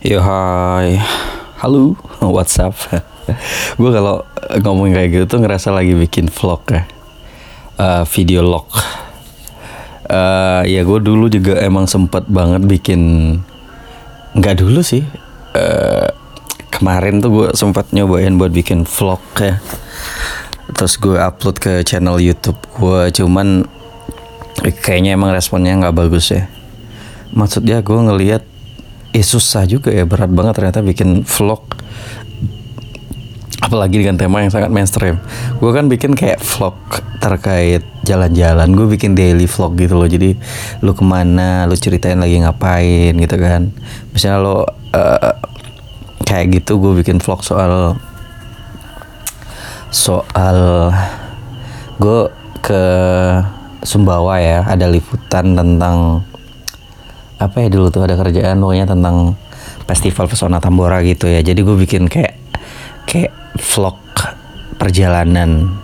Yo hai, halo, what's up? Gue kalau ngomong kayak gitu tuh ngerasa lagi bikin vlog ya, video log. Ya gue dulu juga emang sempet banget bikin, nggak dulu sih, kemarin tuh gue sempet nyobain buat bikin vlog ya. Terus gue upload ke channel YouTube gue, cuman kayaknya emang responnya nggak bagus ya. Maksudnya gue ngelihat susah juga ya, berat banget ternyata bikin vlog, apalagi dengan tema yang sangat mainstream. Gue kan bikin kayak vlog terkait jalan-jalan, gue bikin daily vlog gitu loh. Jadi lu kemana, lu ceritain lagi ngapain gitu kan. Misalnya lo kayak gitu, gue bikin vlog soal gue ke Sumbawa ya, ada liputan tentang apa ya, dulu tuh ada kerjaan pokoknya tentang festival pesona Tambora gitu ya. Jadi gue bikin kayak vlog perjalanan.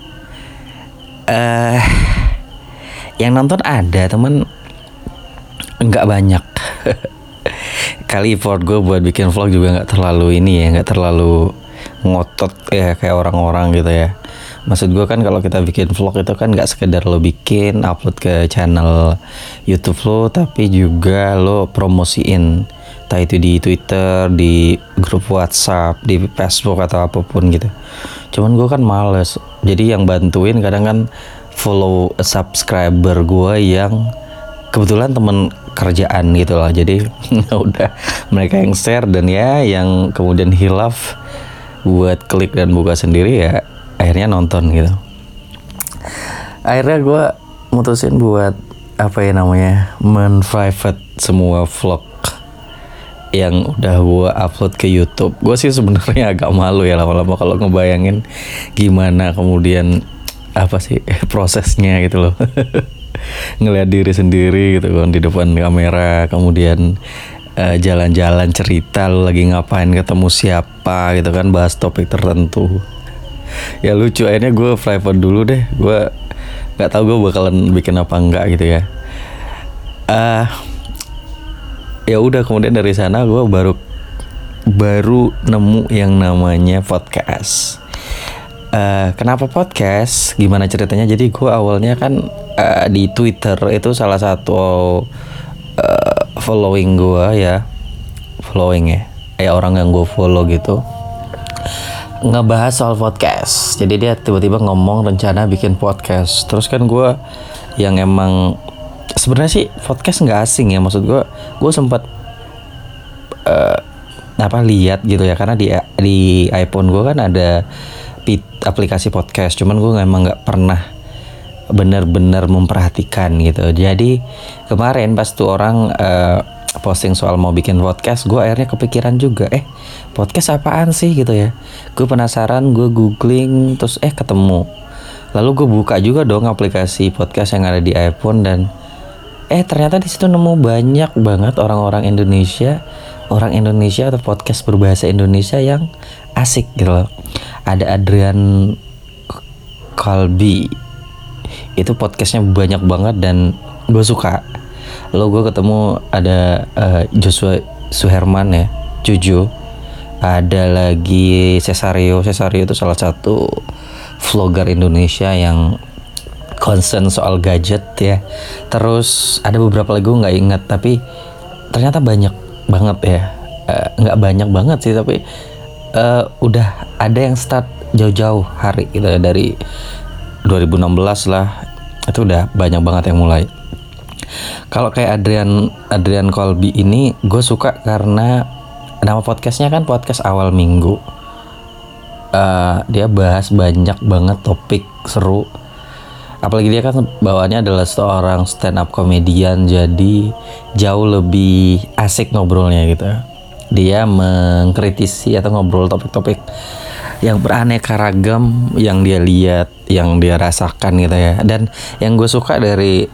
Yang nonton ada, temen nggak banyak. Kali effort gue buat bikin vlog juga nggak terlalu ini ya, nggak terlalu ngotot ya kayak orang-orang gitu ya. Maksud gue kan kalau kita bikin vlog itu kan nggak sekedar lo bikin upload ke channel YouTube lo, tapi juga lo promosiin, entah itu di Twitter, di grup WhatsApp, di Facebook atau apapun gitu. Cuman gue kan males, jadi yang bantuin kadang kan follow subscriber gue yang kebetulan temen kerjaan gitu lah. Jadi udah mereka yang share, dan ya yang kemudian hilaf buat klik dan buka sendiri ya akhirnya nonton gitu. Akhirnya gue mutusin buat apa ya namanya, men-private semua vlog yang udah gue upload ke YouTube. Gue sih sebenarnya agak malu ya lama-lama kalau ngebayangin gimana kemudian apa sih prosesnya gitu loh. Ngeliat diri sendiri gitu kan di depan kamera, kemudian jalan-jalan cerita lu lagi ngapain, ketemu siapa gitu kan, bahas topik tertentu. Ya lucu, akhirnya gue private dulu deh. Gue nggak tahu gue bakalan bikin apa enggak gitu ya. Ya udah, kemudian dari sana gue baru nemu yang namanya podcast. Kenapa podcast? Gimana ceritanya? Jadi gue awalnya kan di Twitter itu salah satu following gue ya, orang yang gue follow gitu ngebahas soal podcast. Jadi dia tiba-tiba ngomong rencana bikin podcast. Terus kan gue yang emang sebenarnya sih podcast nggak asing ya, maksud gue sempat lihat gitu ya, karena di iPhone gue kan ada aplikasi podcast, cuman gue emang nggak pernah benar-benar memperhatikan gitu. Jadi kemarin pas tuh orang posting soal mau bikin podcast, gue akhirnya kepikiran juga, podcast apaan sih gitu ya. Gue penasaran, gue googling, terus ketemu. Lalu gue buka juga dong aplikasi podcast yang ada di iPhone, dan ternyata di situ nemu banyak banget orang Indonesia atau podcast berbahasa Indonesia yang asik gitu loh. Ada Adrian Colby, itu podcastnya banyak banget dan gue suka. Lalu gue ketemu ada Joshua Suherman ya, Jojo. Ada lagi Cesario itu salah satu vlogger Indonesia yang concern soal gadget ya. Terus ada beberapa lagi gue nggak ingat, tapi ternyata banyak banget ya. Nggak banyak banget sih, tapi udah ada yang start jauh-jauh hari gitu ya, dari 2016 lah. Itu udah banyak banget yang mulai. Kalau kayak Adrian Colby ini gue suka karena nama podcastnya kan podcast awal minggu. Dia bahas banyak banget topik seru. Apalagi dia kan bawaannya adalah seorang stand up comedian, jadi jauh lebih asik ngobrolnya gitu. Dia mengkritisi atau ngobrol topik-topik yang beraneka ragam yang dia lihat, yang dia rasakan gitu ya. Dan yang gue suka dari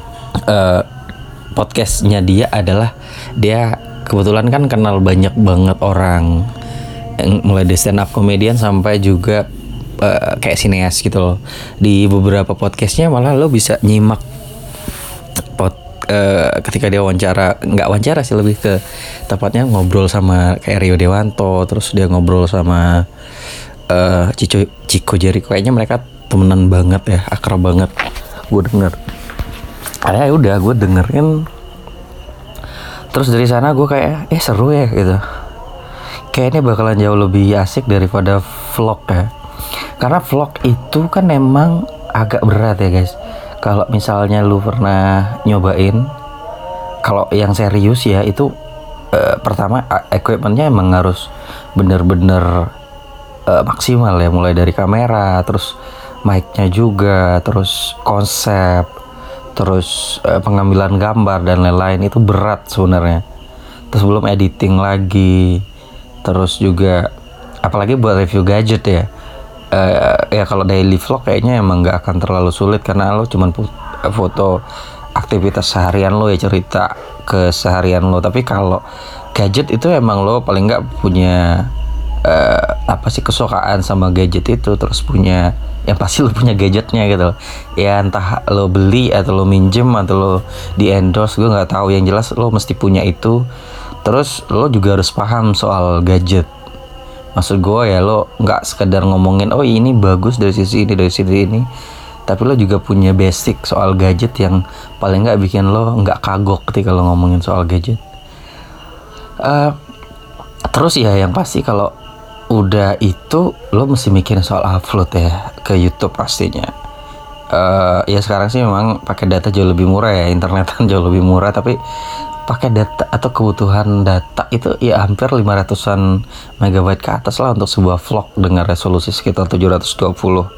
podcastnya dia adalah dia kebetulan kan kenal banyak banget orang, yang mulai dari stand up comedian sampai juga kayak sineas gitu loh. Di beberapa podcastnya malah lo bisa nyimak ketika dia nggak wawancara sih, lebih ke tepatnya ngobrol sama kayak Rio Dewanto, terus dia ngobrol sama Chico Jericho, kayaknya mereka temenan banget ya, akrab banget. Gue denger, ya udah gue dengerin, terus dari sana gue kayak seru ya gitu, kayaknya bakalan jauh lebih asik daripada vlog ya, karena vlog itu kan emang agak berat ya guys. Kalau misalnya lu pernah nyobain, kalau yang serius ya itu pertama equipmentnya emang harus bener-bener maksimal ya, mulai dari kamera, terus mic-nya juga, terus konsep, terus pengambilan gambar dan lain-lain, itu berat sebenarnya. Terus belum editing lagi, terus juga apalagi buat review gadget ya. Ya kalau daily vlog kayaknya emang nggak akan terlalu sulit, karena lo cuman foto aktivitas seharian lo ya, cerita ke seharian lo. Tapi kalau gadget itu emang lo paling nggak punya kesukaan sama gadget itu, terus punya, yang pasti lo punya gadgetnya gitu ya, entah lo beli atau lo minjem atau lo di endorse, gue nggak tahu, yang jelas lo mesti punya itu. Terus lo juga harus paham soal gadget. Maksud gue ya, lo nggak sekedar ngomongin ini bagus dari sisi ini, dari sisi ini, tapi lo juga punya basic soal gadget yang paling nggak bikin lo nggak kagok ketika lo ngomongin soal gadget. Terus ya yang pasti kalau udah itu lo mesti mikirin soal upload ya ke YouTube pastinya. Ya sekarang sih memang pakai data jauh lebih murah ya, internetan jauh lebih murah, tapi pakai data atau kebutuhan data itu ya hampir 500-an megabyte ke atas lah untuk sebuah vlog dengan resolusi sekitar 720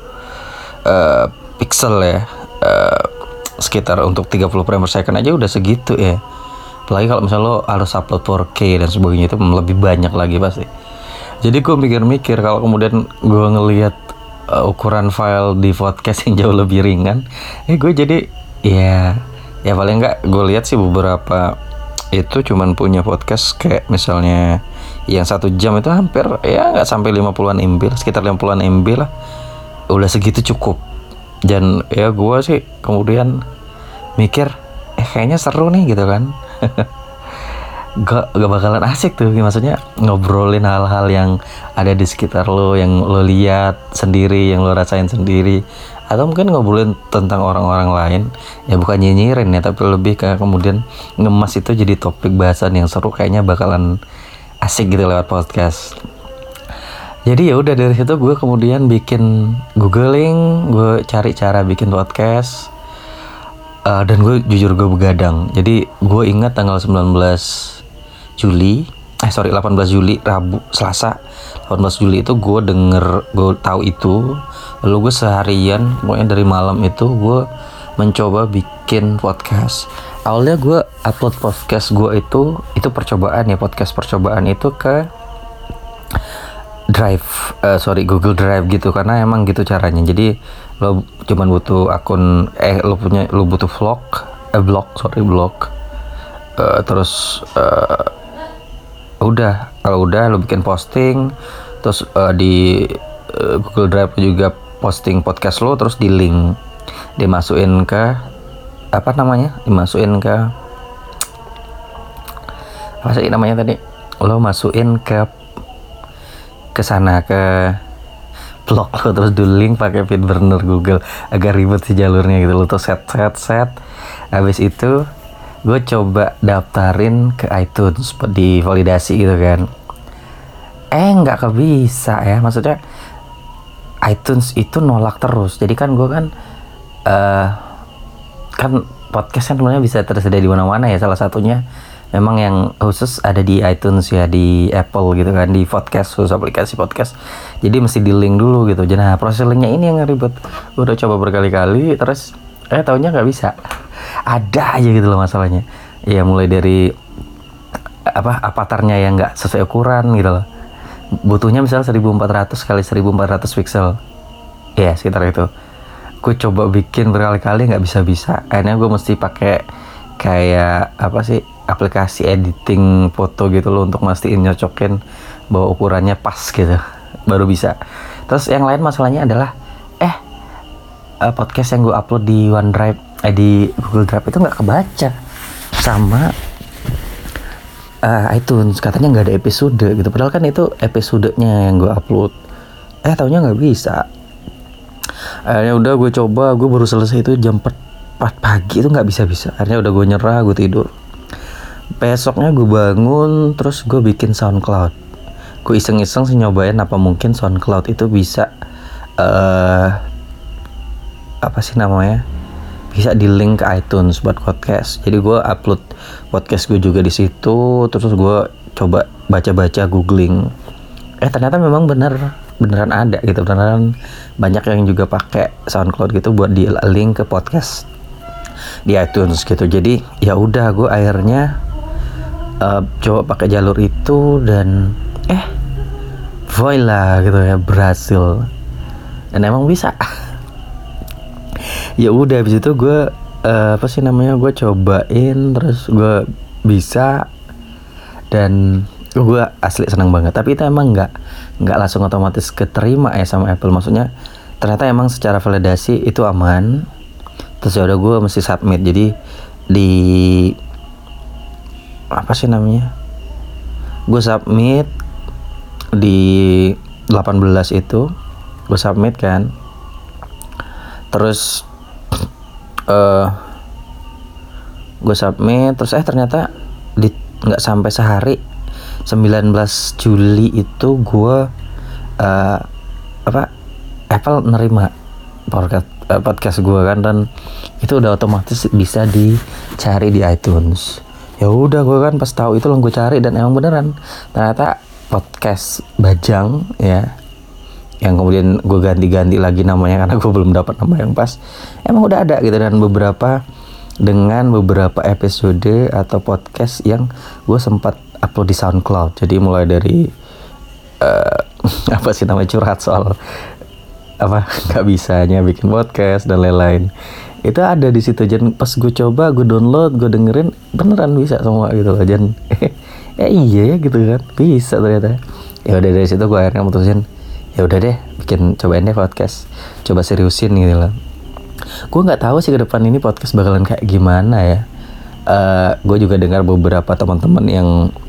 pixel ya, sekitar untuk 30 frame per second aja udah segitu ya. Apalagi kalau misalnya lo harus upload 4K dan sebagainya, itu lebih banyak lagi pasti. Jadi gue mikir-mikir, kalau kemudian gue ngelihat ukuran file di podcast yang jauh lebih ringan, gue jadi ya paling nggak gue lihat sih beberapa itu cuman punya podcast kayak misalnya yang 1 jam itu hampir ya nggak sampai 50-an MB, sekitar 50-an MB lah, udah segitu cukup. Dan ya gue sih kemudian mikir kayaknya seru nih gitu kan. gak bakalan asik tuh, maksudnya ngobrolin hal-hal yang ada di sekitar lo, yang lo lihat sendiri, yang lo rasain sendiri, atau mungkin ngobrolin tentang orang-orang lain ya, bukan nyinyirin ya, tapi lebih ke kemudian ngemas itu jadi topik bahasan yang seru, kayaknya bakalan asik gitu lewat podcast. Jadi ya udah dari situ gue kemudian bikin googling, gue cari cara bikin podcast, dan gue jujur gue begadang. Jadi gue ingat tanggal 18 Juli, Rabu, Selasa 18 Juli itu gue tahu itu. Lalu gue seharian, pokoknya dari malam itu gue mencoba bikin podcast. Awalnya gue upload podcast gue itu percobaan ya, podcast percobaan itu ke Google Drive gitu, karena emang gitu caranya. Jadi lo cuman butuh akun, lo butuh blog. Terus kalau udah lo bikin posting, terus di Google Drive juga posting podcast lo, terus di link dimasukin ke lo masukin ke sana, ke blog lo, terus di link pakai feed burner Google. Agak ribet sih jalurnya gitu, lo tuh set. Habis itu gue coba daftarin ke iTunes di validasi gitu kan, nggak kebisa ya, maksudnya iTunes itu nolak terus. Jadi kan gue kan podcast kan sebenarnya bisa tersedia di mana-mana ya, salah satunya memang yang khusus ada di iTunes ya, di Apple gitu kan, di podcast, khusus aplikasi podcast. Jadi mesti di link dulu gitu. Nah proses linknya ini yang ribet. Gue udah coba berkali-kali, terus taunya nggak bisa. Ada aja gitu loh masalahnya. Ya mulai dari avatarnya yang nggak sesuai ukuran gitu loh. Butuhnya misalnya 1400 kali 1400 pixel. Ya sekitar itu. Gue coba bikin berkali-kali nggak bisa. Akhirnya gue mesti pakai kayak aplikasi editing foto gitu loh, untuk mastiin nyocokin bahwa ukurannya pas gitu, baru bisa. Terus yang lain masalahnya adalah podcast yang gue upload di OneDrive, di Google Drive itu nggak kebaca. sama iTunes katanya nggak ada episode gitu, padahal kan itu episodenya yang gue upload. Taunya nggak bisa. Akhirnya udah gue coba, gue baru selesai itu jam 4 pagi itu nggak bisa. Akhirnya udah gue nyerah, gue tidur. Besoknya gue bangun, terus gue bikin SoundCloud. Gue iseng-iseng sih nyobain apa mungkin SoundCloud itu bisa bisa di link ke iTunes buat podcast. Jadi gue upload podcast gue juga di situ, terus gue coba baca-baca googling. Ternyata memang beneran ada gitu, beneran banyak yang juga pakai SoundCloud gitu buat di link ke podcast di iTunes gitu. Jadi ya udah gue akhirnya coba pakai jalur itu dan voila gitu ya, berhasil dan emang bisa. Ya udah habis itu gue gue cobain, terus gue bisa dan gue asli senang banget. Tapi itu emang nggak langsung otomatis keterima ya sama Apple. Maksudnya ternyata emang secara validasi itu aman. Terus ya udah gue mesti submit. Jadi di gue submit di 18 itu gue submit kan. Terus gue submit, terus ternyata nggak sampai sehari 19 Juli itu gue Apple nerima podcast gue kan, dan itu udah otomatis bisa dicari di iTunes. Ya udah gue kan pas tahu itu gue cari dan emang beneran ternyata podcast Bajang ya, yang kemudian gue ganti-ganti lagi namanya karena gue belum dapat nama yang pas, emang udah ada gitu. Dan beberapa episode atau podcast yang gue sempat upload di SoundCloud. Jadi mulai dari curhat soal nggak bisanya bikin podcast dan lain-lain, itu ada di situ. Dan pas gue coba, gue download, gue dengerin, beneran bisa semua gitu loh. Dan iya gitu kan, bisa ternyata. Ya udah dari situ gue akhirnya mutusin, ya udah deh cobain deh podcast, coba seriusin gitu loh. Gue nggak tahu sih ke depan ini podcast bakalan kayak gimana ya. Gue juga dengar beberapa teman-teman yang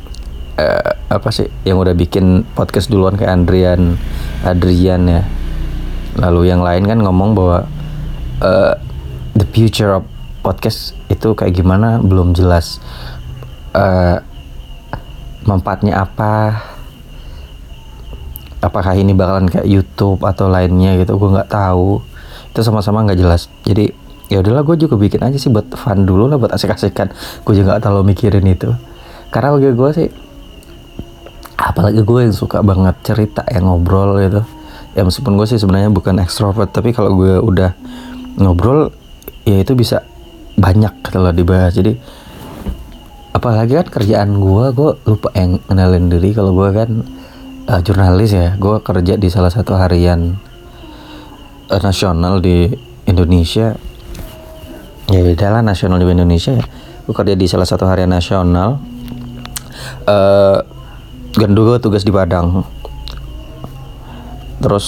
yang udah bikin podcast duluan kayak Adrian ya. Lalu yang lain kan ngomong bahwa the future of podcast itu kayak gimana belum jelas. Manfaatnya apa? Apakah ini bakalan kayak YouTube atau lainnya gitu, gue nggak tahu. Itu sama-sama nggak jelas. Jadi ya udahlah, gue juga bikin aja sih buat fun dulu lah, buat asik-asikan. Gue juga nggak terlalu mikirin itu, karena bagi gue sih, apalagi gue yang suka banget cerita, yang ngobrol gitu ya. Meskipun gue sih sebenarnya bukan ekstrovert, tapi kalau gue udah ngobrol ya itu bisa banyak kalau dibahas. Jadi apalagi kan kerjaan gue lupa yang kenalin diri. Kalau gue kan jurnalis ya, gue kerja di salah satu harian nasional di Indonesia. Ya beda lah, nasional di Indonesia ya. Gue kerja di salah satu harian nasional. Dan gue tugas di Padang. Terus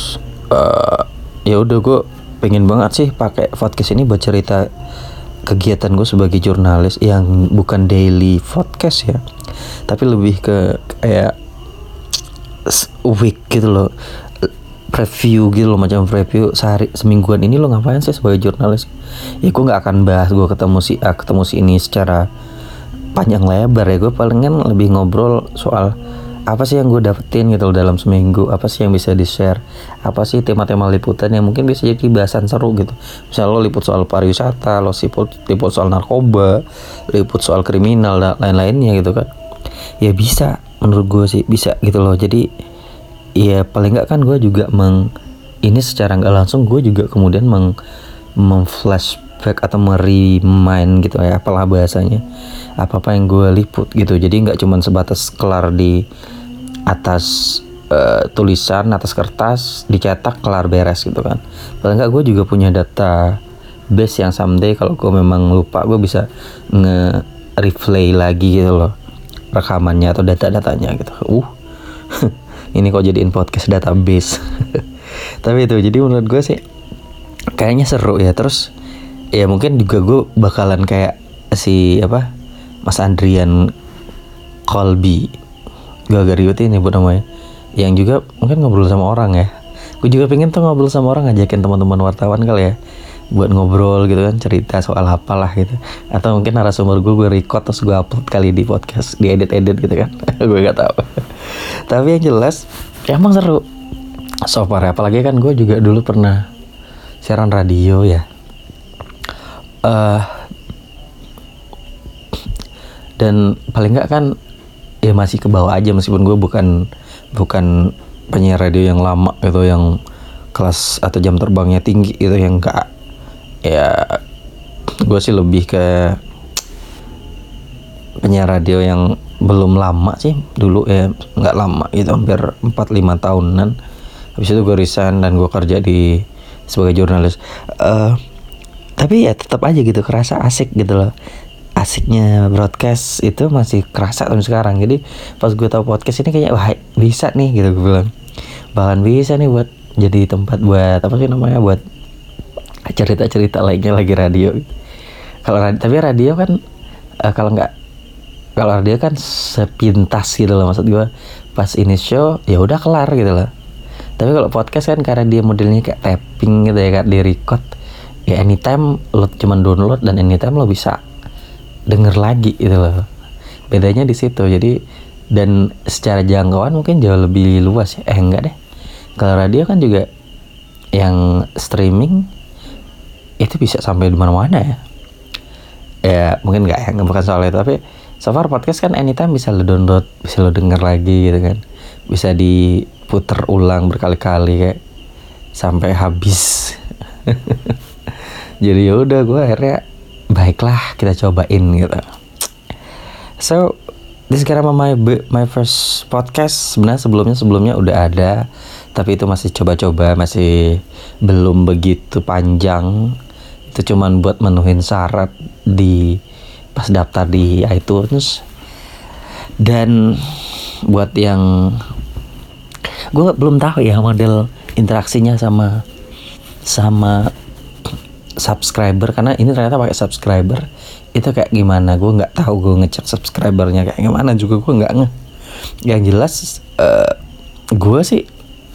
ya udah, gue pengen banget sih pakai podcast ini buat cerita kegiatan gue sebagai jurnalis yang bukan daily podcast ya, tapi lebih ke kayak week gitu loh, preview gitu loh, macam preview semingguan ini lo ngapain sih sebagai jurnalis. Ya gue nggak akan bahas gue ketemu si A ketemu si ini secara panjang lebar ya. Gue palingan lebih ngobrol soal apa sih yang gue dapetin gitu loh dalam seminggu, apa sih yang bisa di-share, apa sih tema-tema liputan yang mungkin bisa jadi bahasan seru gitu. Misalnya lo liput soal pariwisata, lo liput soal narkoba, liput soal kriminal dan lain-lainnya gitu kan. Ya bisa, menurut gue sih bisa gitu loh. Jadi ya paling nggak kan gue juga ini secara nggak langsung gue juga kemudian flashback atau remind gitu ya, apalah bahasanya, apa yang gue liput gitu. Jadi nggak cuma sebatas kelar di atas tulisan, atas kertas, dicetak, kelar beres gitu kan. Paling nggak gue juga punya data base yang someday kalau gue memang lupa, gue bisa nge-replay lagi gitu loh rekamannya atau data-datanya gitu. Ini kok jadiin podcast database. Tapi itu, jadi menurut gue sih kayaknya seru ya. Terus ya mungkin juga gue bakalan kayak si Mas Andrian Kolbi, gue agak ribet ini buat namanya, yang juga mungkin ngobrol sama orang ya. Gue juga pengen tuh ngobrol sama orang, ngajakin teman-teman wartawan kali ya buat ngobrol gitu kan, cerita soal apalah gitu. Atau mungkin narasumber gue record terus gue upload kali di podcast, di edit gitu kan. Gue gak tahu. Tapi yang jelas emang seru so far, apalagi kan gue juga dulu pernah siaran radio ya. Dan paling nggak kan ya masih ke bawah aja, meskipun gue bukan penyiar radio yang lama gitu, yang kelas atau jam terbangnya tinggi itu, yang enggak. Ya gue sih lebih ke penyiar radio yang belum lama sih dulu ya, nggak lama gitu, hampir 4-5 tahunan. Habis itu gue resign dan gue kerja sebagai jurnalis. Tapi ya tetap aja gitu kerasa asik gitu loh. Asiknya broadcast itu masih kerasa sampai sekarang. Jadi pas gue tahu podcast ini kayaknya wah bisa nih gitu, gue bilang bahkan bisa nih buat jadi tempat buat buat cerita-cerita lainnya lagi radio. Tapi radio kan kalau radio kan sepintas gitu loh, maksud gue pas ini show ya udah kelar gitu loh. Tapi kalau podcast kan karena dia modelnya kayak tapping gitu ya, kayak di record ya, anytime lo cuman download dan anytime lo bisa denger lagi gitu loh. Bedanya di situ. Jadi dan secara jangkauan mungkin jauh lebih luas ya. Enggak deh. Kalau radio kan juga yang streaming itu bisa sampai di mana-mana ya. Ya mungkin enggak ya, bukan soal itu, tapi so far podcast kan anytime bisa lo download, bisa lo denger lagi gitu kan. Bisa diputer ulang berkali-kali kayak sampai habis. Jadi ya udah, gue akhirnya baiklah kita cobain gitu. So this is karena my first podcast. Sebenarnya sebelumnya udah ada, tapi itu masih coba-coba, masih belum begitu panjang. Itu cuman buat menuhin syarat di pas daftar di iTunes. Dan buat yang gue belum tahu ya model interaksinya sama subscriber, karena ini ternyata pakai subscriber. Itu kayak gimana gue nggak tahu, gue ngecek subscribernya kayak gimana juga gue nggak ngeh. Yang jelas gue sih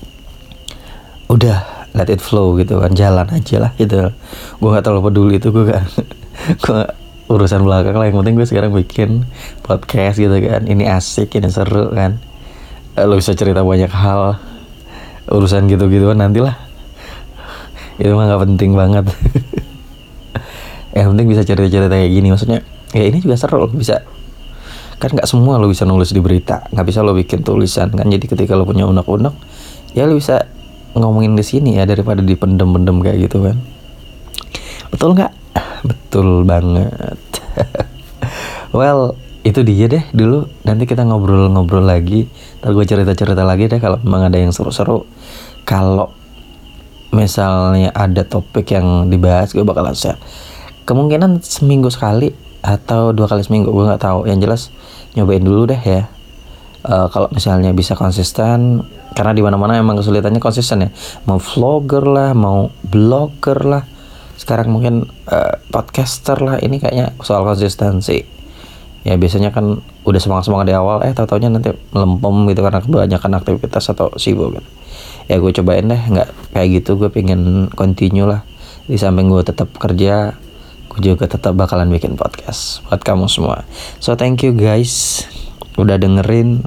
udah let it flow gitu kan, jalan aja lah gitu. Gue nggak terlalu peduli itu, gue urusan belakang lah. Yang penting gue sekarang bikin podcast gitu kan, ini asik, ini seru kan. Lo bisa cerita banyak hal, urusan gitu-gituan nantilah, itu mah nggak penting banget. Yang penting bisa cerita-cerita kayak gini, maksudnya ya ini juga seru loh, bisa kan. Nggak semua lo bisa nulis di berita, nggak bisa lo bikin tulisan kan. Jadi ketika lo punya unek-unek ya lo bisa ngomongin di sini ya, daripada dipendem-pendem kayak gitu kan. Betul nggak? Betul banget. Well, itu dia deh dulu. Nanti kita ngobrol-ngobrol lagi, ntar gue cerita-cerita lagi deh kalau memang ada yang seru-seru. Kalau misalnya ada topik yang dibahas, gue bakalan share. Kemungkinan seminggu sekali atau 2 kali seminggu, gue nggak tahu. Yang jelas nyobain dulu deh ya. Kalau misalnya bisa konsisten, karena di mana-mana emang kesulitannya konsisten ya. Mau vlogger lah, mau blogger lah, sekarang mungkin podcaster lah, ini kayaknya soal konsistensi. Ya biasanya kan udah semangat di awal, tahu-taunya nanti melempem gitu karena kebanyakan aktivitas atau sibuk gitu. Ya gue cobain deh, nggak kayak gitu. Gue pengen continue lah, di samping gue tetap kerja, gue juga tetap bakalan bikin podcast buat kamu semua. So thank you guys udah dengerin.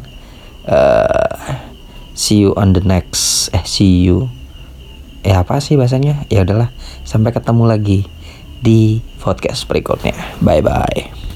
See you on the next see you apa sih bahasanya, ya udahlah, sampai ketemu lagi di podcast berikutnya. Bye bye.